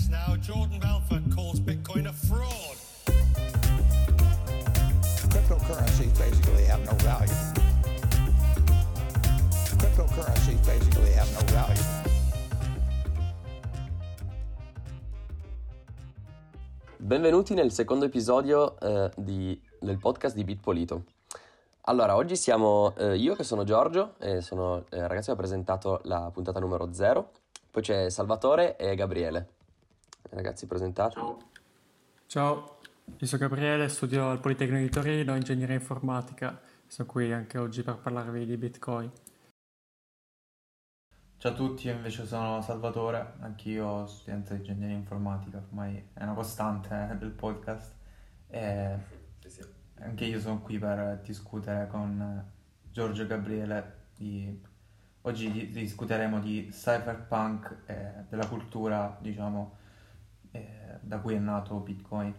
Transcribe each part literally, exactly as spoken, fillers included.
now, Jordan Belfort calls Bitcoin a fraud. Cryptocurrencies basically have no value. Cryptocurrencies basically have no value. Benvenuti nel secondo episodio eh, di, del podcast di Bitpolito. Allora, oggi siamo eh, io che sono Giorgio, e sono eh, ragazzi che ho presentato la puntata numero zero, poi c'è Salvatore e Gabriele. Ragazzi, presentate. Ciao. Ciao, io sono Gabriele, studio al Politecnico di Torino, ingegneria informatica, sono qui anche oggi per parlarvi di Bitcoin. Ciao a tutti, io invece sono Salvatore, anch'io studente di ingegneria informatica, ormai è una costante eh, del podcast e Sì, sì. anche io sono qui per discutere con Giorgio e Gabriele. Di... Oggi di- discuteremo di cypherpunk e della cultura, diciamo, eh, da cui è nato Bitcoin.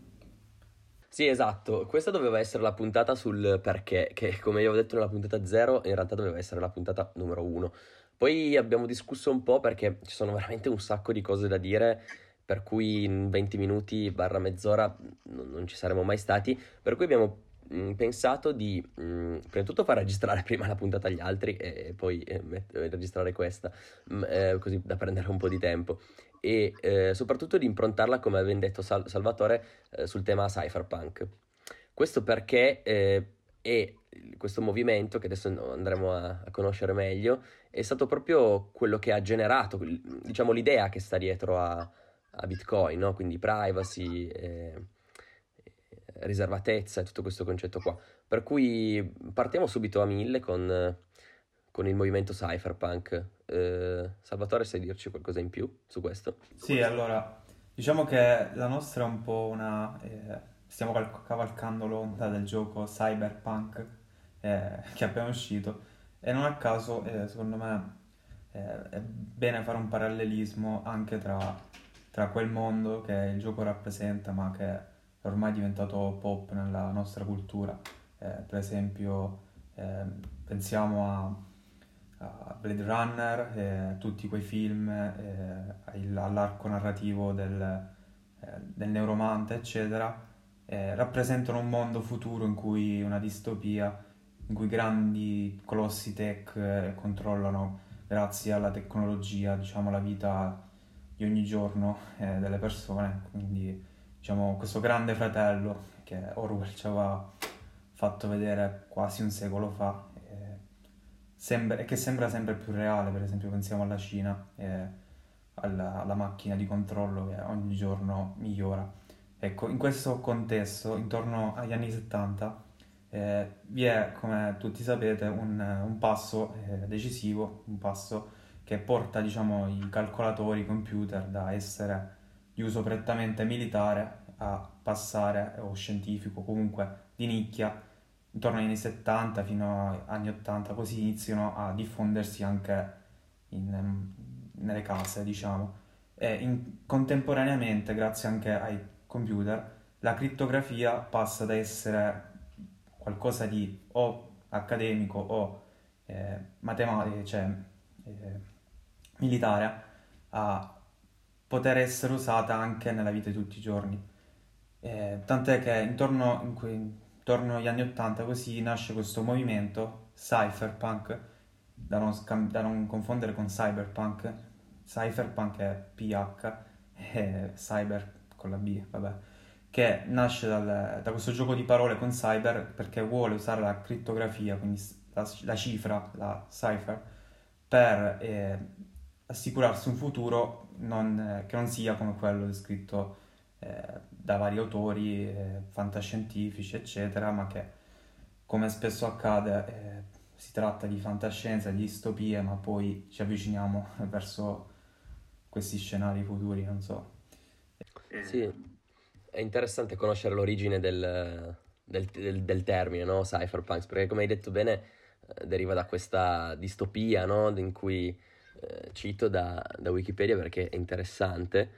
Sì, esatto, questa doveva essere la puntata sul perché, che come io ho detto nella puntata zero, in realtà doveva essere la puntata numero uno. Poi abbiamo discusso un po' perché ci sono veramente un sacco di cose da dire, per cui in venti minuti barra mezz'ora non, non ci saremmo mai stati, per cui abbiamo mh, pensato di mh, prima di tutto far registrare prima la puntata agli altri e poi eh, met- registrare questa, mh, eh, così da prendere un po' di tempo. E eh, soprattutto di improntarla, come aveva detto Sal- Salvatore, eh, sul tema cypherpunk. Questo perché eh, è questo movimento, che adesso andremo a, a conoscere meglio, è stato proprio quello che ha generato, diciamo, l'idea che sta dietro a, a Bitcoin, no? Quindi privacy, eh, riservatezza e tutto questo concetto qua. Per cui partiamo subito a mille con, con il movimento cypherpunk. Eh, Salvatore, sai dirci qualcosa in più su questo? Sì, allora, diciamo che la nostra è un po' una... eh, stiamo cal- cavalcando l'onda del gioco cyberpunk eh, che è appena uscito e non a caso, eh, secondo me, eh, è bene fare un parallelismo anche tra, tra quel mondo che il gioco rappresenta, ma che è ormai diventato pop nella nostra cultura. Eh, per esempio, eh, pensiamo a a Blade Runner, eh, tutti quei film, eh, il- all'arco narrativo del, eh, del neuromante, eccetera, eh, rappresentano un mondo futuro in cui una distopia, in cui grandi colossi tech eh, controllano, grazie alla tecnologia, diciamo, la vita di ogni giorno eh, delle persone. Quindi, diciamo, questo grande fratello che Orwell ci aveva fatto vedere quasi un secolo fa. eh, Sembra, e che sembra sempre più reale. Per esempio pensiamo alla Cina e alla, alla macchina di controllo che ogni giorno migliora. Ecco, in questo contesto, intorno agli anni settanta, eh, vi è, come tutti sapete, un, un passo eh, decisivo, un passo che porta, diciamo, i calcolatori, i computer, da essere di uso prettamente militare a passare, o scientifico, comunque di nicchia, intorno agli anni settanta fino agli anni ottanta, così iniziano a diffondersi anche in, ehm, nelle case, diciamo. E in- contemporaneamente, grazie anche ai computer, la crittografia passa da essere qualcosa di o accademico o eh, matematico, cioè eh, militare, a poter essere usata anche nella vita di tutti i giorni. Eh, tant'è che intorno, in que- intorno agli anni ottanta così nasce questo movimento cypherpunk, da non, scam- da non confondere con cyberpunk. Cypherpunk è P H e cyber con la B, vabbè, che nasce dal- da questo gioco di parole con cyber, perché vuole usare la crittografia, quindi s- la, la cifra, la cipher, per eh, assicurarsi un futuro non- eh, che non sia come quello descritto eh, da vari autori eh, fantascientifici, eccetera, ma che, come spesso accade, eh, si tratta di fantascienza, di distopie, ma poi ci avviciniamo verso questi scenari futuri, non so. Sì, è interessante conoscere l'origine del, del- del- del termine, no? Cypherpunk, perché come hai detto bene, eh, deriva da questa distopia, no? In cui, eh, cito da, da Wikipedia perché è interessante,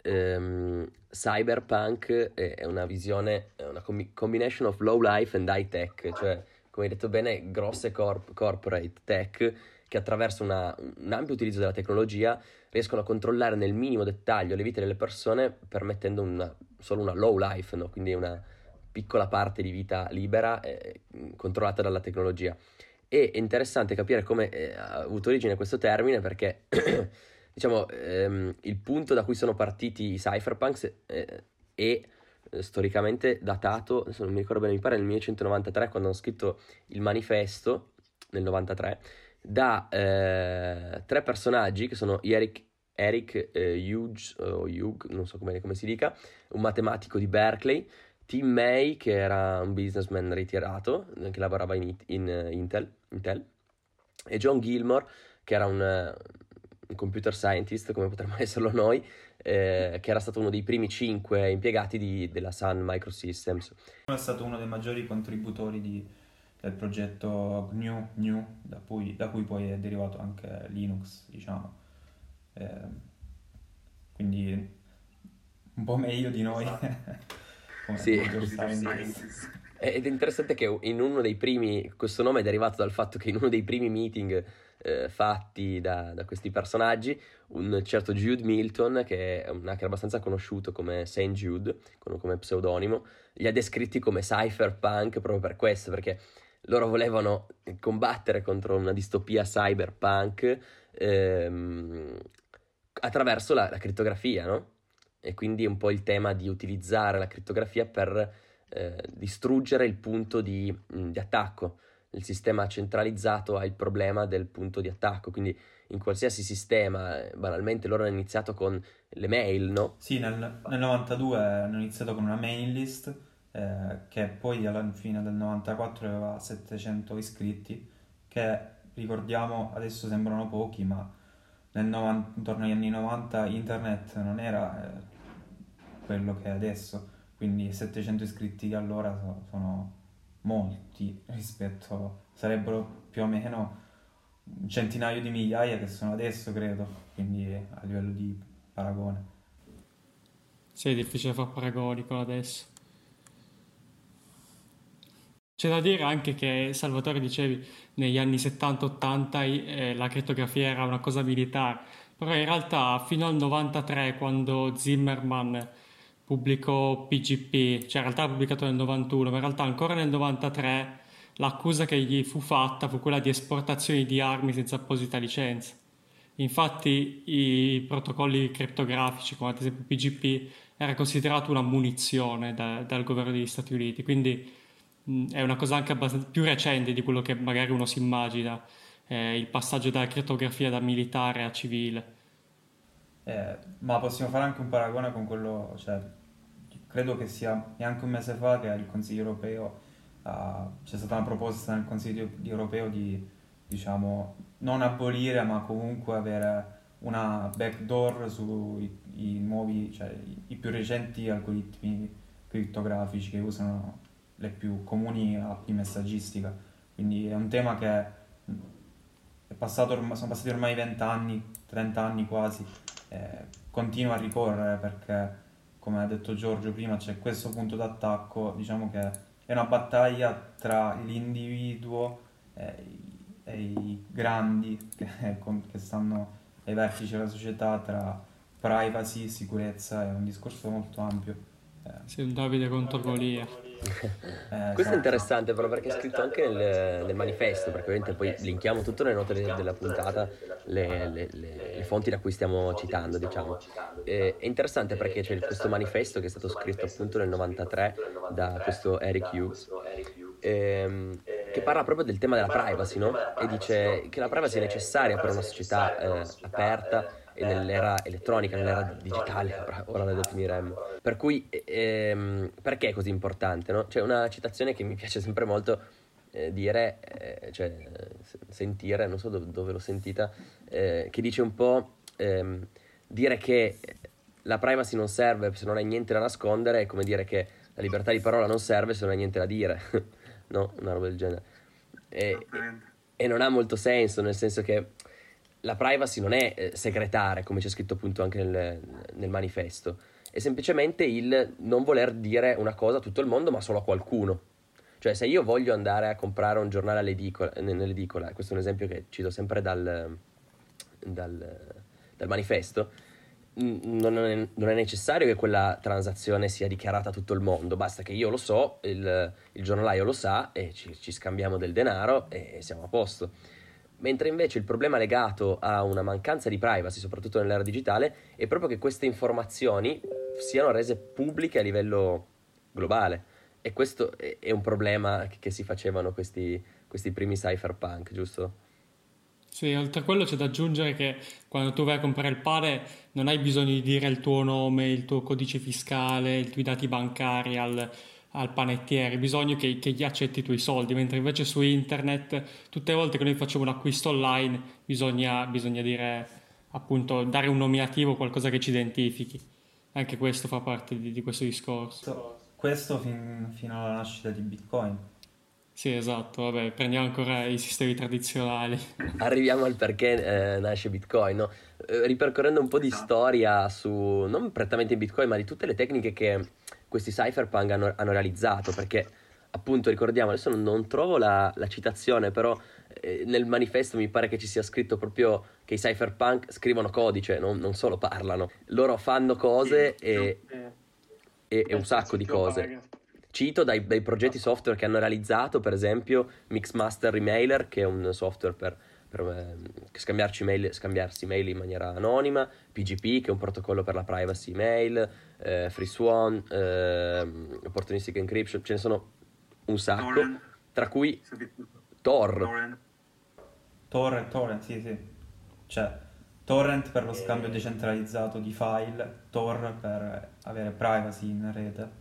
ehm, cyberpunk è, è una visione, è una combi- combination of low life and high tech, cioè, come hai detto bene, grosse corp- corporate tech che attraverso una, un ampio utilizzo della tecnologia riescono a controllare nel minimo dettaglio le vite delle persone, permettendo una, solo una low life, no? Quindi una piccola parte di vita libera eh, controllata dalla tecnologia. E è interessante capire come eh, ha avuto origine questo termine, perché diciamo ehm, il punto da cui sono partiti i cypherpunks eh, è eh, storicamente datato, adesso non mi ricordo bene, mi pare nel millenovecentonovantatré, quando hanno scritto il manifesto nel novantatré, da eh, tre personaggi che sono Eric, Eric eh, Hughes, o Hugh, non so come, come si dica, un matematico di Berkeley, Tim May, che era un businessman ritirato, che lavorava in, in uh, Intel, Intel, e John Gilmore, che era un, uh, un computer scientist, come potremmo esserlo noi, eh, che era stato uno dei primi cinque impiegati di, della Sun Microsystems. È stato uno dei maggiori contributori di, del progetto G N U, G N U da, cui, da cui poi è derivato anche Linux, diciamo. Eh, quindi un po' meglio di noi. Sì, ed è interessante che in uno dei primi, questo nome è derivato dal fatto che in uno dei primi meeting eh, fatti da, da questi personaggi, un certo Jude Milton, che è un hacker abbastanza conosciuto come Saint Jude, come pseudonimo, li ha descritti come cypherpunk proprio per questo, perché loro volevano combattere contro una distopia cyberpunk ehm, attraverso la, la crittografia, no? E quindi è un po' il tema di utilizzare la crittografia per eh, distruggere il punto di, mh, di attacco. Il sistema centralizzato ha il problema del punto di attacco, quindi in qualsiasi sistema, eh, banalmente loro hanno iniziato con le mail, no? Sì, nel, nel novantadue hanno iniziato con una mailing list eh, che poi alla fine del novantaquattro aveva settecento iscritti, che ricordiamo adesso sembrano pochi, ma nel novanta, intorno agli anni novanta internet non era eh, quello che è adesso, quindi settecento iscritti allora so, sono molti rispetto, sarebbero più o meno un centinaio di migliaia che sono adesso, credo, quindi a livello di paragone. Sì, è difficile fare paragoni con adesso. C'è da dire anche che, Salvatore, dicevi, negli anni settanta ottanta eh, la crittografia era una cosa militare, però in realtà fino al novantatré, quando Zimmerman pubblicò P G P, cioè in realtà l'ha pubblicato nel novantuno, ma in realtà ancora nel novantatré l'accusa che gli fu fatta fu quella di esportazione di armi senza apposita licenza. Infatti i protocolli criptografici, come ad esempio P G P, era considerato una munizione da, dal governo degli Stati Uniti, quindi mh, è una cosa anche abbastanza più recente di quello che magari uno si immagina, eh, il passaggio dalla crittografia da militare a civile. Eh, ma possiamo fare anche un paragone con quello, cioè, credo che sia neanche un mese fa che il Consiglio europeo uh, c'è stata una proposta nel Consiglio europeo di, diciamo, non abolire, ma comunque avere una backdoor sui i nuovi, cioè i, i più recenti algoritmi crittografici che usano le più comuni app di messaggistica. Quindi è un tema che è passato ormai, sono passati ormai venti anni, trenta anni quasi. Eh, continua a ricorrere perché, come ha detto Giorgio prima, c'è questo punto d'attacco. Diciamo che è una battaglia tra l'individuo e i, e i grandi che, che stanno ai vertici della società, tra privacy, sicurezza. È un discorso molto ampio. Eh, Sei un Davide contro Golia. eh, Questo è esatto. interessante però, perché è scritto anche nel, nel manifesto, perché ovviamente poi linkiamo tutto nelle note de- della puntata, le, le- le- le fonti da cui stiamo citando, diciamo. E, è interessante perché c'è questo manifesto che è stato scritto appunto nel novantatré da questo Eric Hughes, ehm, che parla proprio del tema della privacy, no? E dice che la privacy è necessaria per una società eh, aperta e nell'era elettronica, nell'era digitale, ora, ora la definiremmo. Per cui, ehm, perché è così importante, no? C'è una citazione che mi piace sempre molto eh, dire, eh, cioè eh, sentire, non so dove, dove l'ho sentita, eh, che dice un po' ehm, dire che la privacy non serve se non hai niente da nascondere, è come dire che la libertà di parola non serve se non hai niente da dire, no? Una roba del genere. E, e non ha molto senso, nel senso che la privacy non è eh, segretare, come c'è scritto appunto anche nel, nel manifesto, è semplicemente il non voler dire una cosa a tutto il mondo, ma solo a qualcuno. Cioè, se io voglio andare a comprare un giornale all'edicola, nell'edicola, questo è un esempio che cito sempre dal, dal, dal manifesto, n- non è, non è necessario che quella transazione sia dichiarata a tutto il mondo, basta che io lo so, il, il giornalaio lo sa e ci, ci scambiamo del denaro e siamo a posto. Mentre invece il problema legato a una mancanza di privacy, soprattutto nell'era digitale, è proprio che queste informazioni siano rese pubbliche a livello globale. E questo è è un problema che che si facevano questi, questi primi cypherpunk, giusto? Sì, oltre a quello c'è da aggiungere che quando tu vai a comprare il pane non hai bisogno di dire il tuo nome, il tuo codice fiscale, i tuoi dati bancari al, al panettiere, hai bisogno che, che gli accetti i tuoi soldi, mentre invece su internet tutte le volte che noi facciamo un acquisto online bisogna, bisogna dire appunto dare un nominativo, qualcosa che ci identifichi. Anche questo fa parte di, di questo discorso. Questo, questo fin- fino alla nascita di Bitcoin. Sì, esatto, vabbè, prendiamo ancora i sistemi tradizionali. Arriviamo al perché eh, nasce Bitcoin, no? Eh, ripercorrendo un po' di storia su, non prettamente in Bitcoin, ma di tutte le tecniche che questi cypherpunk hanno, hanno realizzato, perché appunto ricordiamo, adesso non, non trovo la, la citazione, però eh, nel manifesto mi pare che ci sia scritto proprio che i cypherpunk scrivono codice, non, non solo parlano. Loro fanno cose e, e, e un sacco di cose. Cito dai, dai progetti software che hanno realizzato, per esempio Mixmaster Remailer, che è un software per, per eh, scambiarci mail, scambiarsi mail in maniera anonima, P G P, che è un protocollo per la privacy mail, eh, FreeSwan, eh, Opportunistic Encryption, ce ne sono un sacco, Torrent, tra cui sapete- Tor. Torrent. Torrent, torrent, sì, sì. Cioè, torrent per lo scambio decentralizzato di file, Tor per avere privacy in rete.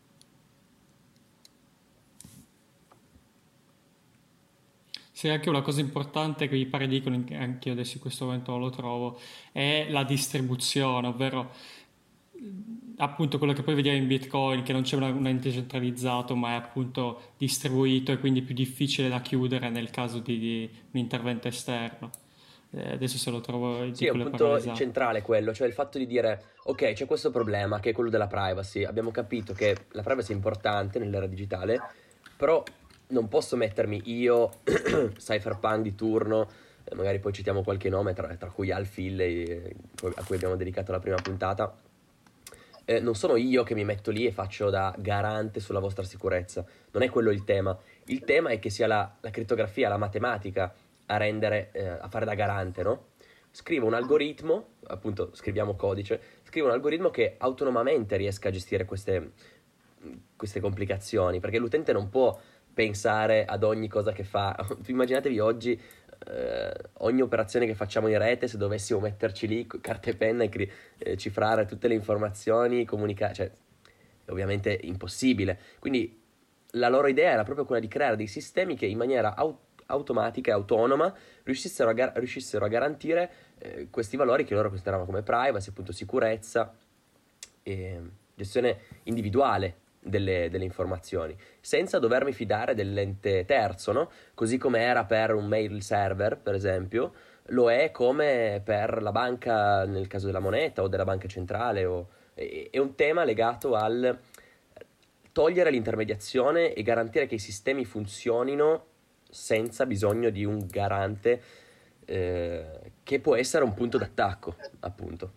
Sì, anche una cosa importante che mi pare dicono, anche io adesso in questo momento non lo trovo, è la distribuzione, ovvero appunto quello che poi vediamo in Bitcoin, che non c'è una- un ente centralizzato, ma è appunto distribuito e quindi più difficile da chiudere nel caso di, di un intervento esterno. Eh, adesso se lo trovo Sì, è dico un le parole punto esatte. centrale quello, cioè il fatto di dire, ok, c'è questo problema che è quello della privacy. Abbiamo capito che la privacy è importante nell'era digitale, però non posso mettermi io, cypherpunk di turno, eh, magari poi citiamo qualche nome, tra, tra cui Alfil, eh, a cui abbiamo dedicato la prima puntata. Eh, non sono io che mi metto lì e faccio da garante sulla vostra sicurezza, non è quello il tema. Il tema è che sia la, la crittografia, la matematica a rendere, eh, a fare da garante, no? Scrivo un algoritmo, appunto scriviamo codice, scrivo un algoritmo che autonomamente riesca a gestire queste, queste complicazioni, perché l'utente non può pensare ad ogni cosa che fa. Immaginatevi oggi eh, ogni operazione che facciamo in rete, se dovessimo metterci lì carta e penna e cri- eh, cifrare tutte le informazioni, comunicare, cioè è ovviamente impossibile. Quindi la loro idea era proprio quella di creare dei sistemi che in maniera au- automatica e autonoma riuscissero a, gar- riuscissero a garantire eh, questi valori che loro consideravano come privacy, appunto sicurezza e gestione individuale delle, delle informazioni, senza dovermi fidare dell'ente terzo, no? Così come era per un mail server, per esempio, lo è come per la banca nel caso della moneta o della banca centrale. O, è, è un tema legato al togliere l'intermediazione e garantire che i sistemi funzionino senza bisogno di un garante eh, che può essere un punto d'attacco, appunto.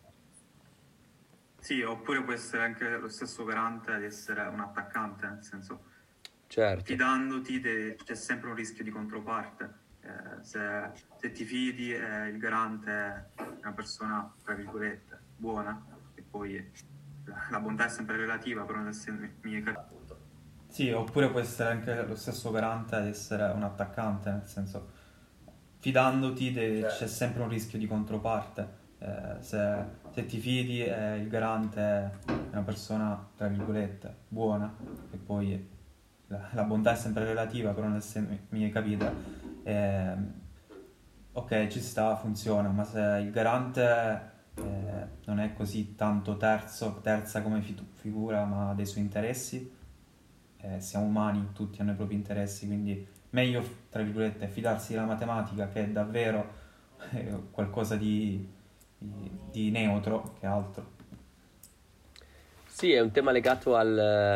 Sì, oppure può essere anche lo stesso garante di essere un attaccante, nel senso, Certo. fidandoti de- c'è sempre un rischio di controparte. Eh, se, se ti fidi e il garante è una persona, tra virgolette, buona, e poi la, la bontà è sempre relativa, però nel senso mi è capito. Sì, oppure può essere anche lo stesso garante ad essere un attaccante, nel senso, fidandoti de- c'è sempre un rischio di controparte. Eh, se, se ti fidi e il garante è una persona, tra virgolette, buona, e poi la, la bontà è sempre relativa, però nel senso, mi hai capito? Ehm, ok, ci sta, funziona, ma se il garante eh, non è così tanto terzo, terza come fi- figura, ma ha dei suoi interessi, eh, siamo umani, tutti hanno i propri interessi, quindi meglio, tra virgolette, fidarsi della matematica, che è davvero eh, qualcosa di, di, di neutro che altro. Sì, è un tema legato al,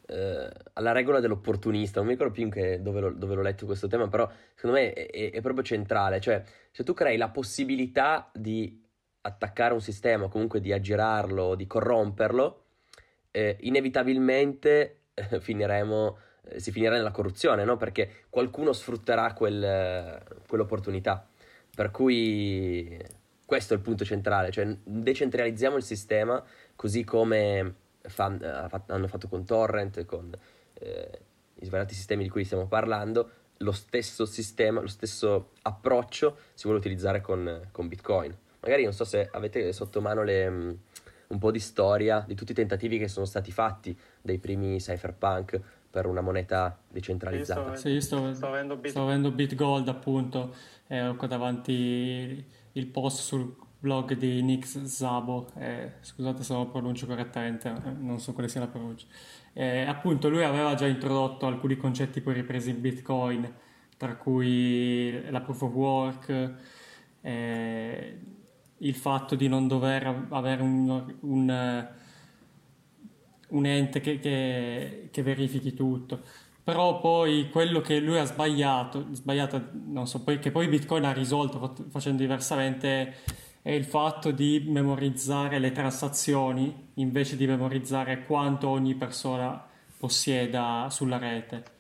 eh, alla regola dell'opportunista, non mi ricordo più in che- dove, l'ho, dove l'ho letto questo tema, però secondo me è, è- è proprio centrale, cioè se tu crei la possibilità di attaccare un sistema, o comunque di aggirarlo, di corromperlo, eh, inevitabilmente eh, finiremo, eh, si finirà nella corruzione, no? Perché qualcuno sfrutterà quel- quell'opportunità. Per cui questo è il punto centrale, cioè decentralizziamo il sistema così come fan- ha fat- hanno fatto con Torrent, con eh, i svariati sistemi di cui stiamo parlando. Lo stesso sistema, lo stesso approccio si vuole utilizzare con, con Bitcoin. Magari non so se avete sotto mano le, mh, un po' di storia di tutti i tentativi che sono stati fatti dai primi cypherpunk per una moneta decentralizzata. Sì, io sto, Sto avendo bit- sto avendo BitGold appunto, e ho qua davanti il post sul blog di Nick Szabo, eh, scusate se non lo pronuncio correttamente, eh, non so quale sia la pronuncia. Eh, appunto lui aveva già introdotto alcuni concetti poi ripresi in Bitcoin, tra cui la proof of work, eh, il fatto di non dover avere un, un, eh, un ente che, che- che verifichi tutto. Però poi quello che lui ha sbagliato, sbagliato, non so, poi, che poi Bitcoin ha risolto fat- facendo diversamente, è il fatto di memorizzare le transazioni invece di memorizzare quanto ogni persona possieda sulla rete.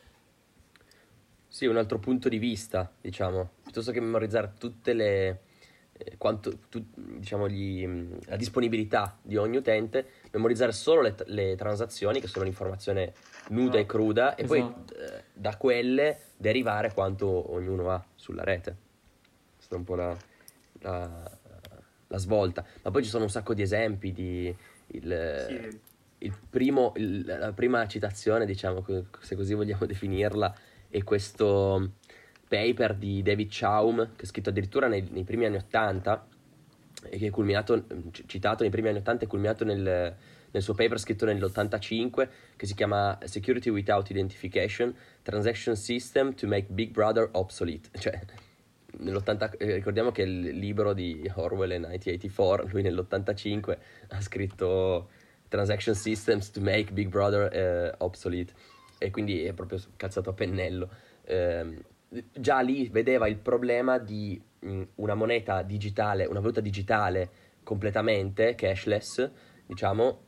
Sì, un altro punto di vista, diciamo, piuttosto che memorizzare tutte le, eh, quanto, tu- diciamo, gli, mh, la disponibilità di ogni utente, memorizzare solo le, le transazioni, che sono l'informazione nuda e cruda, e poi Esatto. eh, da quelle derivare quanto ognuno ha sulla rete. Questa è un po' la, la- la svolta. Ma poi ci sono un sacco di esempi di il, Sì, il primo, il- la prima citazione, diciamo, co- se così vogliamo definirla, è questo paper di David Chaum, che è scritto addirittura nei, nei primi anni ottanta, e che è culminato, c- citato nei primi anni ottanta, è culminato nel, nel suo paper scritto nell'ottantacinque, che si chiama Security Without Identification, Transaction System to Make Big Brother Obsolete. Cioè, nell'ottanta, eh, ricordiamo che è il libro di Orwell e millenovecentottantaquattro, lui nell'ottantacinque ha scritto Transaction Systems to Make Big Brother eh, Obsolete, e quindi è proprio calzato a pennello. Ehm, già lì vedeva il problema di mh, una moneta digitale, una valuta digitale completamente cashless, diciamo,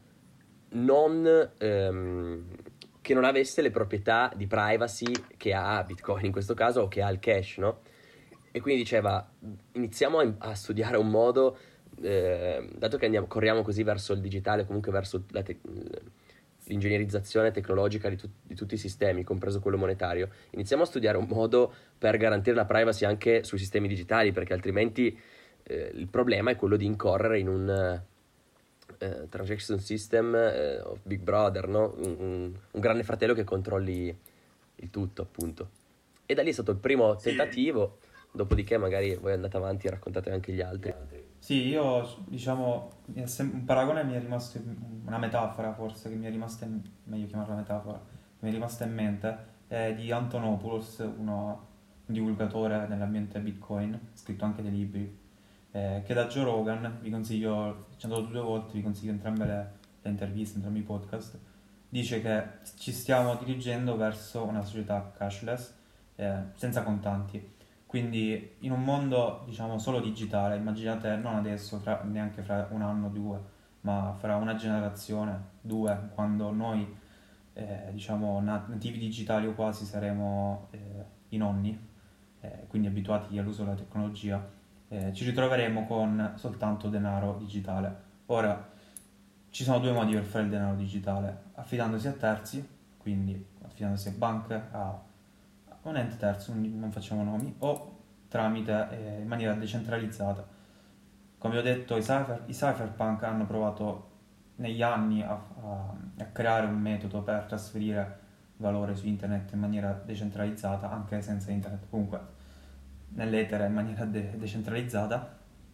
non, ehm, che non avesse le proprietà di privacy che ha Bitcoin in questo caso, o che ha il cash, no? E quindi diceva, iniziamo a, a studiare un modo, eh, dato che andiamo, corriamo così verso il digitale, comunque verso la te- l'ingegnerizzazione tecnologica di, tut- di tutti i sistemi, compreso quello monetario, iniziamo a studiare un modo per garantire la privacy anche sui sistemi digitali, perché altrimenti eh, il problema è quello di incorrere in un eh, transaction system eh, of Big Brother, no? Un, un- un grande fratello che controlli il tutto, appunto. E da lì è stato il primo sì, tentativo, dopodiché magari voi andate avanti e raccontate anche gli altri. Sì, io diciamo, mi è sem- un paragone mi è rimasto, in- una metafora forse, che mi è rimasta, in- meglio chiamarla metafora, che mi è rimasta in mente, è di Antonopoulos, uno, un divulgatore nell'ambiente Bitcoin, ha scritto anche dei libri, eh, che da Joe Rogan, vi consiglio, ci sono andato due volte, vi consiglio entrambe le, le interviste, entrambi i podcast, dice che ci stiamo dirigendo verso una società cashless, eh, senza contanti. Quindi in un mondo diciamo solo digitale, immaginate non adesso, fra- neanche fra un anno o due, ma fra una generazione, due, quando noi eh, diciamo na- nativi digitali o quasi saremo eh, i nonni, eh, quindi abituati all'uso della tecnologia, eh, ci ritroveremo con soltanto denaro digitale. Ora, ci sono due modi per fare il denaro digitale, affidandosi a terzi, quindi affidandosi a banche, a un ente terzo, non non facciamo nomi, o tramite eh, in maniera decentralizzata. Come ho detto, i, cypher, i cypherpunk hanno provato negli anni a, a- a creare un metodo per trasferire valore su internet in maniera decentralizzata, anche senza internet, comunque nell'etere in maniera de- decentralizzata.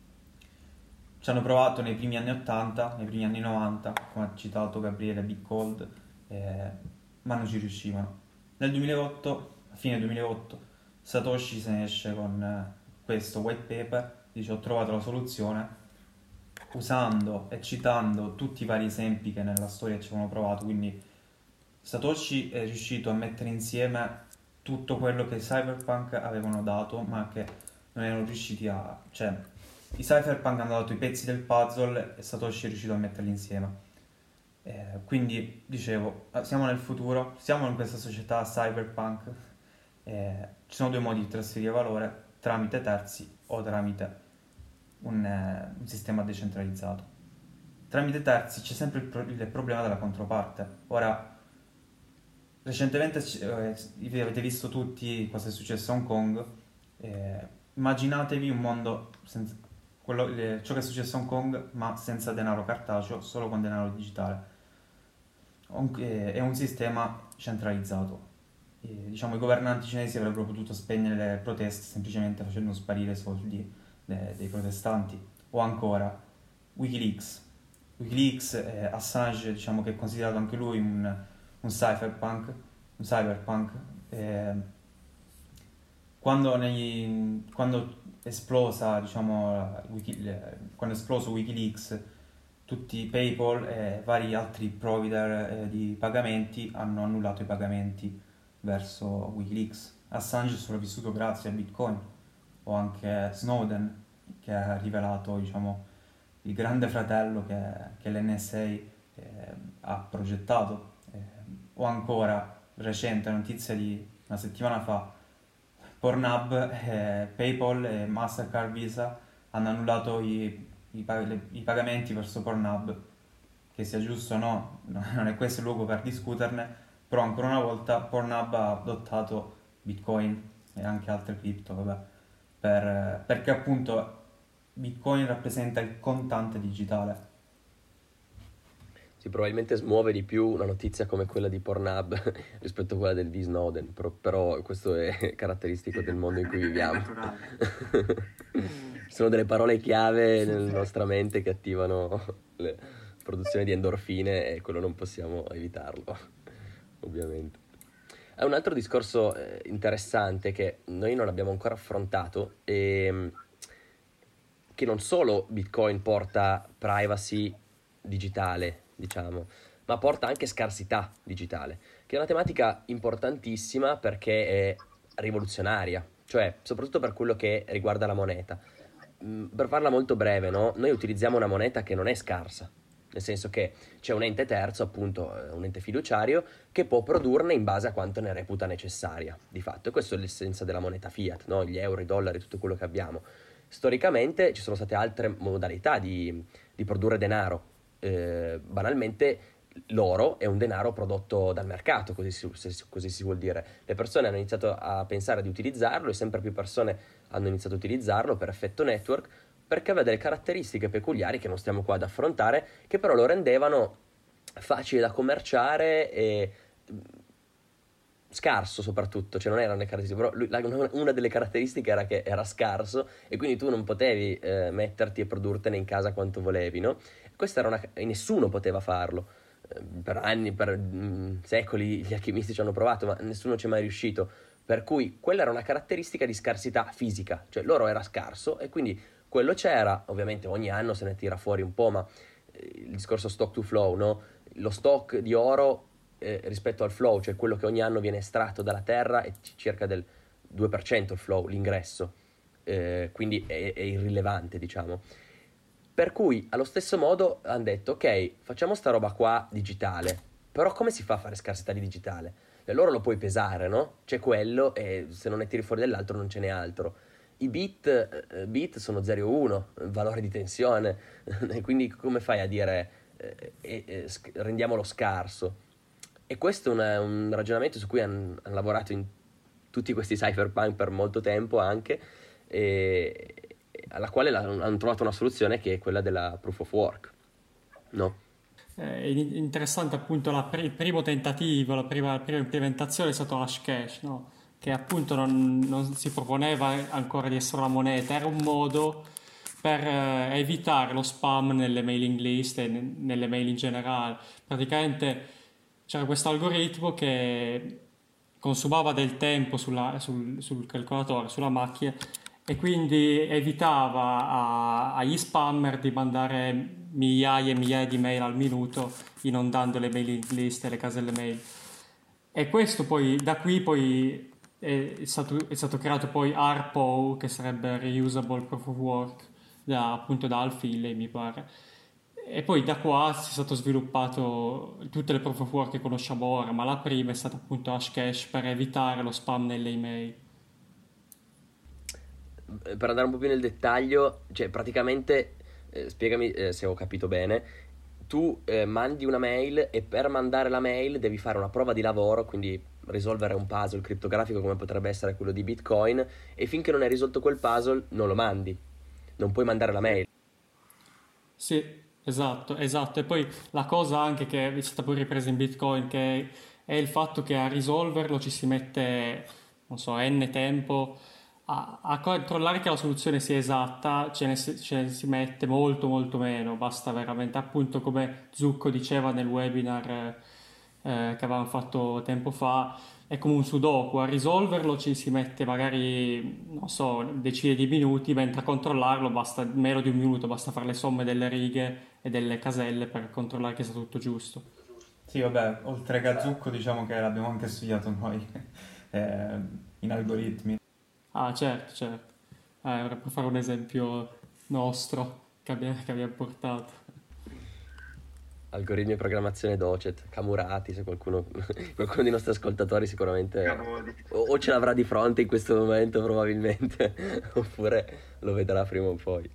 Ci hanno provato nei primi anni ottanta, nei primi anni novanta, come ha citato Gabriele Big Gold, eh, ma non ci riuscivano. Nel duemilaotto, a fine duemilaotto, Satoshi se ne esce con eh, questo white paper, dice ho trovato la soluzione, usando e citando tutti i vari esempi che nella storia ci avevano provato, quindi Satoshi è riuscito a mettere insieme tutto quello che i Cypherpunk avevano dato, ma che non erano riusciti a... cioè, i Cypherpunk hanno dato i pezzi del puzzle e Satoshi è riuscito a metterli insieme. Eh, quindi, dicevo, siamo nel futuro, siamo in questa società cyberpunk, eh, ci sono due modi di trasferire valore, tramite terzi o tramite un, eh, un sistema decentralizzato. Tramite terzi c'è sempre il, pro- il problema della controparte. Ora, recentemente eh, avete visto tutti cosa è successo a Hong Kong, eh, immaginatevi un mondo senza, quello, eh, ciò che è successo a Hong Kong ma senza denaro cartaceo, solo con denaro digitale. Hong- eh, È un sistema centralizzato. E, diciamo, i governanti cinesi avrebbero potuto spegnere le proteste semplicemente facendo sparire i soldi de- dei protestanti. O ancora Wikileaks. Wikileaks, eh, Assange, diciamo che è considerato anche lui un, un cypherpunk, un cyberpunk. eh, quando, nei, quando esplosa, diciamo, Wiki- le- quando è esploso Wikileaks, tutti PayPal e vari altri provider eh, di pagamenti hanno annullato i pagamenti verso Wikileaks. Assange è sopravvissuto grazie a Bitcoin, o anche Snowden che ha rivelato, diciamo, il grande fratello che, che l'N S A eh, ha progettato, eh, o ancora recente notizia di una settimana fa, Pornhub, eh, PayPal e Mastercard Visa hanno annullato i, i, pag- le- i pagamenti verso Pornhub. Che sia giusto o no, non è questo il luogo per discuterne, però ancora una volta Pornhub ha adottato Bitcoin e anche altre cripto, vabbè, per- perché appunto Bitcoin rappresenta il contante digitale. Sì, probabilmente smuove di più una notizia come quella di Pornhub rispetto a quella del di Snowden, però, però questo è caratteristico del mondo in cui È viviamo. naturale. Ci sono delle parole chiave nella nostra mente che attivano le produzioni di endorfine e quello non possiamo evitarlo, ovviamente. È un altro discorso eh, interessante che noi non abbiamo ancora affrontato, e che non solo Bitcoin porta privacy digitale, diciamo, ma porta anche scarsità digitale, che è una tematica importantissima perché è rivoluzionaria, cioè soprattutto per quello che riguarda la moneta. Mm, Per farla molto breve, no? Noi utilizziamo una moneta che non è scarsa, nel senso che c'è un ente terzo, appunto, eh, un ente fiduciario, che può produrne in base a quanto ne reputa necessaria, di fatto. E questo è l'essenza della moneta fiat, no? Gli euro, i dollari, tutto quello che abbiamo. Storicamente ci sono state altre modalità di, di produrre denaro. Eh, banalmente l'oro è un denaro prodotto dal mercato, così si, se- così si vuol dire. Le persone hanno iniziato a pensare di utilizzarlo e sempre più persone hanno iniziato a utilizzarlo per effetto network, perché aveva delle caratteristiche peculiari che non stiamo qua ad affrontare, che però lo rendevano facile da commerciare e mm, scarso soprattutto, cioè non erano le caratteristiche, però lui- la- una una delle caratteristiche era che era scarso e quindi tu non potevi eh, metterti e produrtene in casa quanto volevi, no? Questa era una... e nessuno poteva farlo. Eh, Per anni, per mm, secoli gli alchimisti ci hanno provato, ma nessuno ci è mai riuscito. Per cui quella era una caratteristica di scarsità fisica, cioè l'oro era scarso e quindi quello c'era, ovviamente ogni anno se ne tira fuori un po', ma eh, il discorso stock to flow, no? Lo stock di oro eh, rispetto al flow, cioè quello che ogni anno viene estratto dalla terra è c- circa del due per cento il flow, l'ingresso, eh, quindi è, è irrilevante, diciamo. Per cui allo stesso modo hanno detto, ok, facciamo sta roba qua digitale, però come si fa a fare scarsità di digitale? E loro lo puoi pesare, no? C'è quello e se non ne tiri fuori dell'altro non ce n'è altro. I bit, eh, bit sono zero e uno, valore di tensione, e quindi come fai a dire eh, eh, eh, sc- rendiamolo scarso? E questo è una- un ragionamento su cui hanno lavorato in tutti questi cypherpunk per molto tempo anche, e, e alla quale la- hanno trovato una soluzione che è quella della proof of work, no? È in- interessante appunto la pri- il primo tentativo, la prima, la prima implementazione è stato Hashcash, no? Che appunto non, non si proponeva ancora di essere una moneta, era un modo per eh, evitare lo spam nelle mailing list e ne- nelle mail in generale. Praticamente c'era questo algoritmo che consumava del tempo sulla- sul, sul calcolatore, sulla macchina, e quindi evitava a- agli spammer di mandare migliaia e migliaia di mail al minuto, inondando le mailing list e le caselle mail. E questo poi, da qui poi è stato, è stato creato poi R P O, che sarebbe Reusable Proof of Work, da, appunto da Al Finlay, mi pare. E poi da qua si è stato sviluppato tutte le proof of work che conosciamo ora, ma la prima è stata appunto Hashcash per evitare lo spam nelle email. Per andare un po' più nel dettaglio, cioè praticamente, eh, spiegami eh, se ho capito bene, tu eh, mandi una mail e per mandare la mail devi fare una prova di lavoro, quindi risolvere un puzzle criptografico come potrebbe essere quello di Bitcoin, e finché non hai risolto quel puzzle non lo mandi, non puoi mandare la mail. Sì, esatto, esatto. E poi la cosa anche che è stata poi ripresa in Bitcoin, che è il fatto che a risolverlo ci si mette, non so, n tempo. A, a controllare che la soluzione sia esatta ce ne, si ce ne si mette molto molto meno, basta veramente, appunto come Zucco diceva nel webinar eh, eh, che avevamo fatto tempo fa, è come un sudoku, a risolverlo ci si mette magari, non so, decine di minuti, mentre a controllarlo basta meno di un minuto, basta fare le somme delle righe e delle caselle per controllare che sia tutto giusto. Sì, vabbè, oltre che a Zucco diciamo che l'abbiamo anche studiato noi eh, in algoritmi. Ah, certo, certo. Eh, ora per fare un esempio nostro che abbiamo, che abbiamo portato. Algoritmi e programmazione docet, Camurati, se qualcuno, qualcuno dei nostri ascoltatori sicuramente Cavoli. o, o ce l'avrà di fronte in questo momento probabilmente, oppure lo vedrà prima o poi.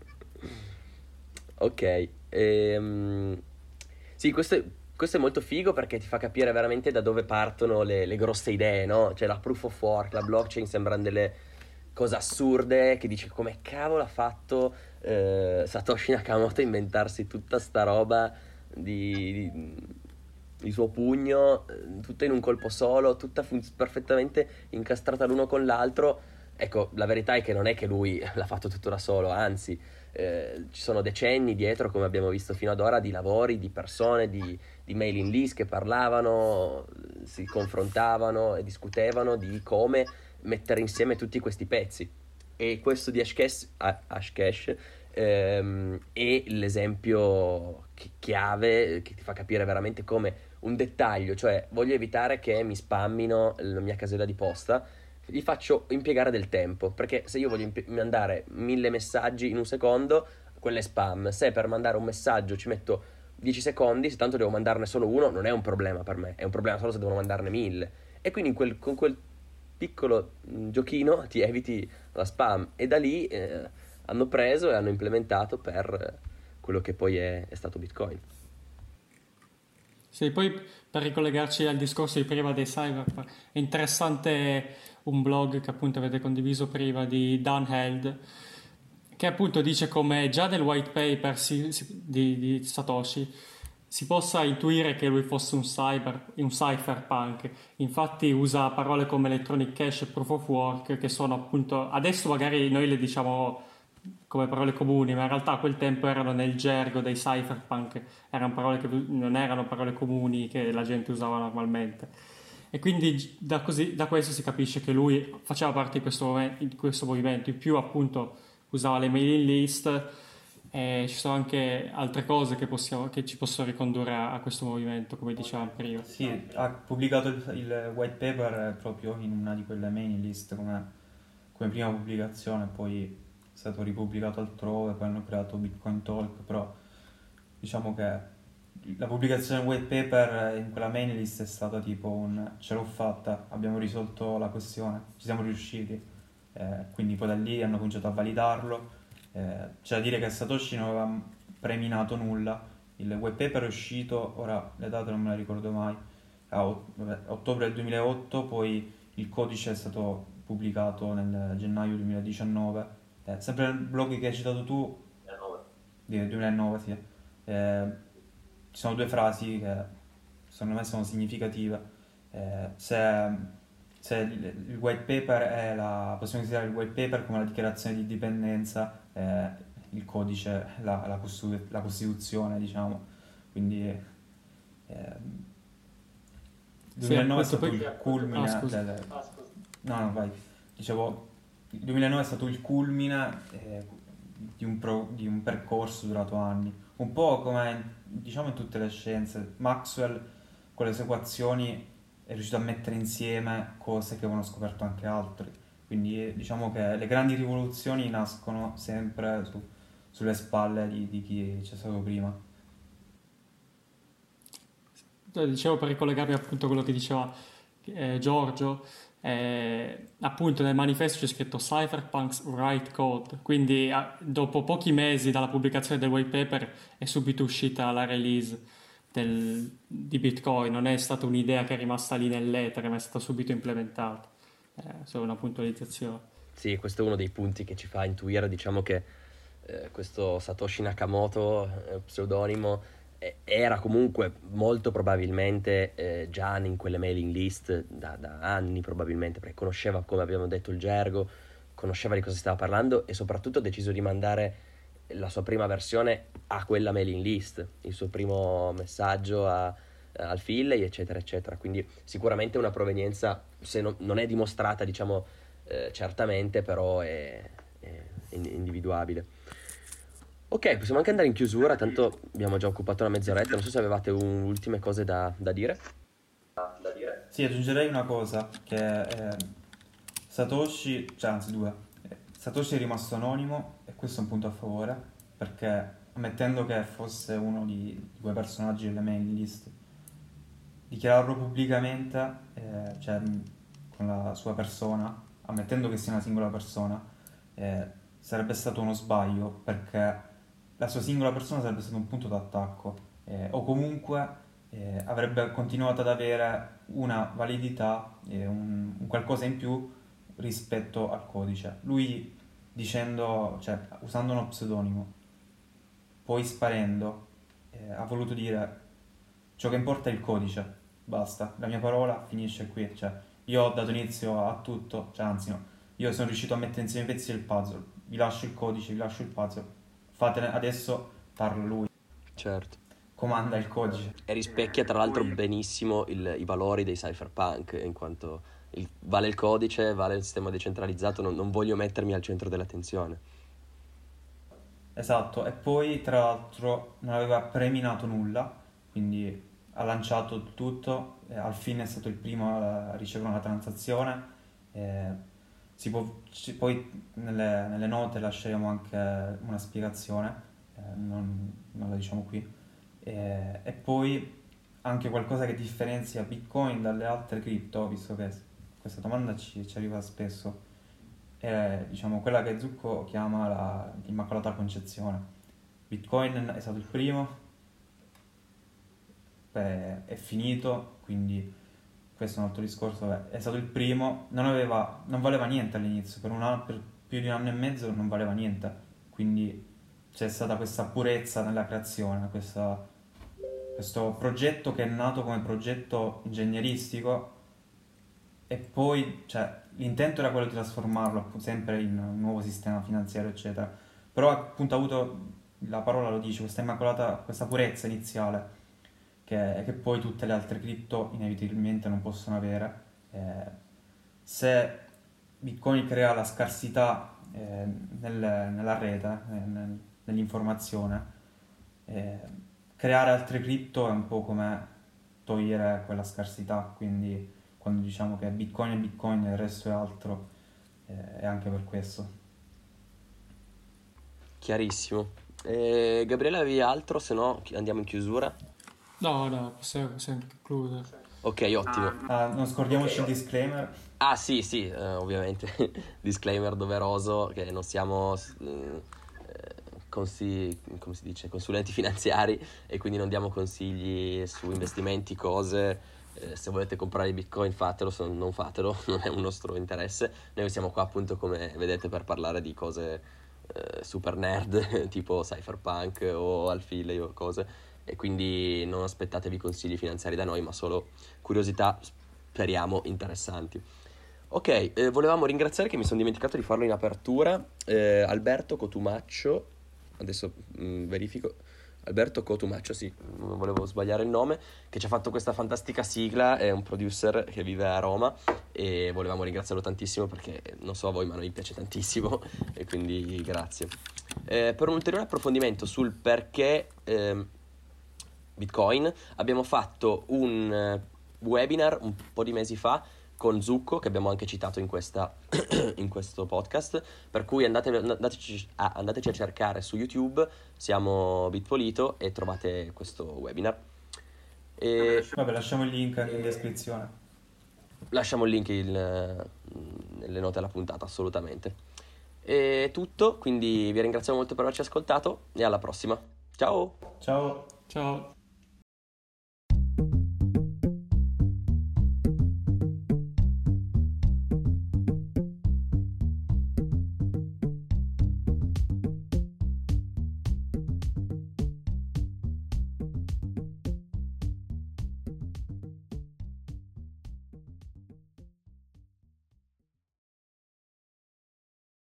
Ok, ehm, sì, questo è, questo è molto figo perché ti fa capire veramente da dove partono le, le grosse idee, no? Cioè la proof of work, la blockchain sembrano delle cose assurde che dici come cavolo ha fatto eh, Satoshi Nakamoto a inventarsi tutta sta roba di, di, di suo pugno, eh, tutta in un colpo solo, tutta fun- perfettamente incastrata l'uno con l'altro. Ecco, la verità è che non è che lui l'ha fatto tutto da solo, anzi, eh, ci sono decenni dietro, come abbiamo visto fino ad ora, di lavori, di persone, di, di mailing list che parlavano, si confrontavano e discutevano di come mettere insieme tutti questi pezzi. E questo di Hashcash, ah, Hashcash ehm, è l'esempio chi- chiave che ti fa capire veramente come un dettaglio, cioè voglio evitare che mi spammino la mia casella di posta, gli faccio impiegare del tempo, perché se io voglio impi- mandare mille messaggi in un secondo, quello è spam. Se per mandare un messaggio ci metto dieci secondi, se tanto devo mandarne solo uno, non è un problema per me, è un problema solo se devono mandarne mille. E quindi in quel- con quel piccolo mh, giochino ti eviti la spam, e da lì eh, hanno preso e hanno implementato per eh, quello che poi è, è stato Bitcoin. Sì, poi per ricollegarci al discorso di prima dei cyberpunk, è interessante un blog che appunto avete condiviso prima di Dan Held, che appunto dice come già nel white paper si- si- di, di Satoshi si possa intuire che lui fosse un cyber, un cypherpunk. Infatti usa parole come electronic cash e proof of work, che sono appunto, adesso magari noi le diciamo come parole comuni, ma in realtà a quel tempo erano nel gergo dei cypherpunk, erano parole che non erano parole comuni che la gente usava normalmente. E quindi da, così, da questo si capisce che lui faceva parte di questo, momen- di questo movimento, in più appunto usava le mailing list, e ci sono anche altre cose che, possiamo, che ci possono ricondurre a, a questo movimento, come dicevamo prima. Sì, ha pubblicato il, il white paper proprio in una di quelle mailing list come, come prima pubblicazione, poi è stato ripubblicato altrove, poi hanno creato Bitcoin Talk, però diciamo che la pubblicazione del white paper in quella mailing list è stata tipo un ce l'ho fatta, abbiamo risolto la questione, ci siamo riusciti, eh, quindi poi da lì hanno cominciato a validarlo, eh, c'è da dire che Satoshi non aveva preminato nulla, il white paper è uscito, ora le date non me le ricordo mai, a ot- vabbè, ottobre del duemilaotto, poi il codice è stato pubblicato nel gennaio duemiladiciannove, eh, sempre nel blog che hai citato tu, del duemilanove, sì. Eh, ci sono due frasi che secondo me sono significative. Eh, se, se il, il white paper è la, possiamo considerare il white paper come la dichiarazione di indipendenza, eh, il codice la, la, Costitu- la Costituzione, diciamo. Quindi eh, Sì, duemilanove è appunto, stato poi... il culmine Ah, scusa. del... No, no, vai. Dicevo, il duemilanove è stato il culmine eh, di, un pro- di un percorso durato anni. Un po' come, diciamo, in tutte le scienze. Maxwell, con le sue equazioni, è riuscito a mettere insieme cose che avevano scoperto anche altri. Quindi diciamo che le grandi rivoluzioni nascono sempre su- sulle spalle di, di chi c'è stato prima. Eh, Dicevo per ricollegarmi appunto a quello che diceva eh, Giorgio, eh, appunto nel manifesto c'è scritto Cypherpunk's Write Code, quindi ah, dopo pochi mesi dalla pubblicazione del white paper è subito uscita la release del- di Bitcoin, non è stata un'idea che è rimasta lì nell'etere, ma è stata subito implementata. Eh, solo una puntualizzazione. Sì, questo è uno dei punti che ci fa intuire, diciamo che eh, questo Satoshi Nakamoto, eh, pseudonimo, eh, era comunque molto probabilmente eh, già in quelle mailing list da, da anni probabilmente, perché conosceva, come abbiamo detto, il gergo, conosceva di cosa si stava parlando e soprattutto ha deciso di mandare la sua prima versione a quella mailing list, il suo primo messaggio a- al Finlay, eccetera, eccetera. Quindi sicuramente una provenienza, se no- non è dimostrata, diciamo, eh, certamente, però è, è in- individuabile. Ok, possiamo anche andare in chiusura, tanto abbiamo già occupato una mezz'oretta, non so se avevate un- ultime cose da, da dire. Sì, aggiungerei una cosa, che eh, Satoshi, cioè anzi due, Eh, Satoshi è rimasto anonimo e questo è un punto a favore, perché ammettendo che fosse uno di, di quei personaggi delle mailing list, dichiararlo pubblicamente, eh, cioè mh, con la sua persona, ammettendo che sia una singola persona, eh, sarebbe stato uno sbaglio, perché la sua singola persona sarebbe stato un punto d'attacco, eh, o comunque eh, avrebbe continuato ad avere una validità e un, un qualcosa in più rispetto al codice. Lui dicendo, cioè usando uno pseudonimo, poi sparendo, eh, ha voluto dire ciò che importa è il codice, basta, la mia parola finisce qui, cioè io ho dato inizio a tutto, cioè anzi no, io sono riuscito a mettere insieme i pezzi del puzzle, vi lascio il codice, vi lascio il puzzle, fatene, adesso parla lui, Certo. comanda il codice. E rispecchia tra l'altro benissimo il- i valori dei cypherpunk, in quanto il- vale il codice, vale il sistema decentralizzato, non, non voglio mettermi al centro dell'attenzione. Esatto, e poi tra l'altro non aveva preminato nulla, quindi ha lanciato il tutto, e al fine è stato il primo a ricevere una transazione. e si può- ci- poi nelle, nelle note lasceremo anche una spiegazione, eh, non, non la diciamo qui. E, e poi anche qualcosa che differenzia Bitcoin dalle altre cripto, visto che questa domanda ci, ci arriva spesso, è diciamo quella che Zucco chiama la Immacolata Concezione. Bitcoin è stato il primo, beh, è finito, quindi questo è un altro discorso, beh, è stato il primo, non aveva, non valeva niente all'inizio, per, un anno, per più di un anno e mezzo non valeva niente, quindi c'è stata questa purezza nella creazione, questa- questo progetto che è nato come progetto ingegneristico e poi, cioè, l'intento era quello di trasformarlo appunto, sempre in un nuovo sistema finanziario, eccetera. Però appunto ha avuto, la parola lo dice, questa immacolata, questa purezza iniziale che, che poi tutte le altre cripto inevitabilmente non possono avere. Eh, se Bitcoin crea la scarsità eh, nel- nella rete, eh, nel- nell'informazione, eh, creare altre cripto è un po' come togliere quella scarsità, quindi quando diciamo che Bitcoin è Bitcoin e il resto è altro, eh, è anche per questo. Chiarissimo. Eh, Gabriele, avevi altro? Se no chi- andiamo in chiusura. No, no, possiamo, possiamo concludere. Ok, ottimo. Ah, non scordiamoci il disclaimer. Ah sì, sì, eh, ovviamente, disclaimer doveroso che non siamo eh, consi- come si dice, consulenti finanziari e quindi non diamo consigli su investimenti, cose. Eh, se volete comprare Bitcoin fatelo, se non fatelo, non è un nostro interesse. Noi siamo qua appunto, come vedete, per parlare di cose eh, super nerd tipo cypherpunk o Alfile o cose, e quindi non aspettatevi consigli finanziari da noi, ma solo curiosità, speriamo interessanti. Ok, eh, volevamo ringraziare, che mi sono dimenticato di farlo in apertura, eh, Alberto Cotumaccio, adesso mh, verifico, Alberto Cotumaccio, sì, non volevo sbagliare il nome, che ci ha fatto questa fantastica sigla, è un producer che vive a Roma e volevamo ringraziarlo tantissimo perché, non so a voi, ma a noi piace tantissimo e quindi grazie. Eh, per un ulteriore approfondimento sul perché ehm, Bitcoin abbiamo fatto un eh, webinar un po' di mesi fa con Zucco, che abbiamo anche citato in, questa, in questo podcast, per cui andate, andateci, ah, andateci a cercare su YouTube, siamo Bitpolito, e trovate questo webinar. E Vabbè, lasciamo il link anche in descrizione. lasciamo il link il, nelle note alla puntata, assolutamente. E tutto, quindi vi ringraziamo molto per averci ascoltato e alla prossima. Ciao! Ciao! Ciao.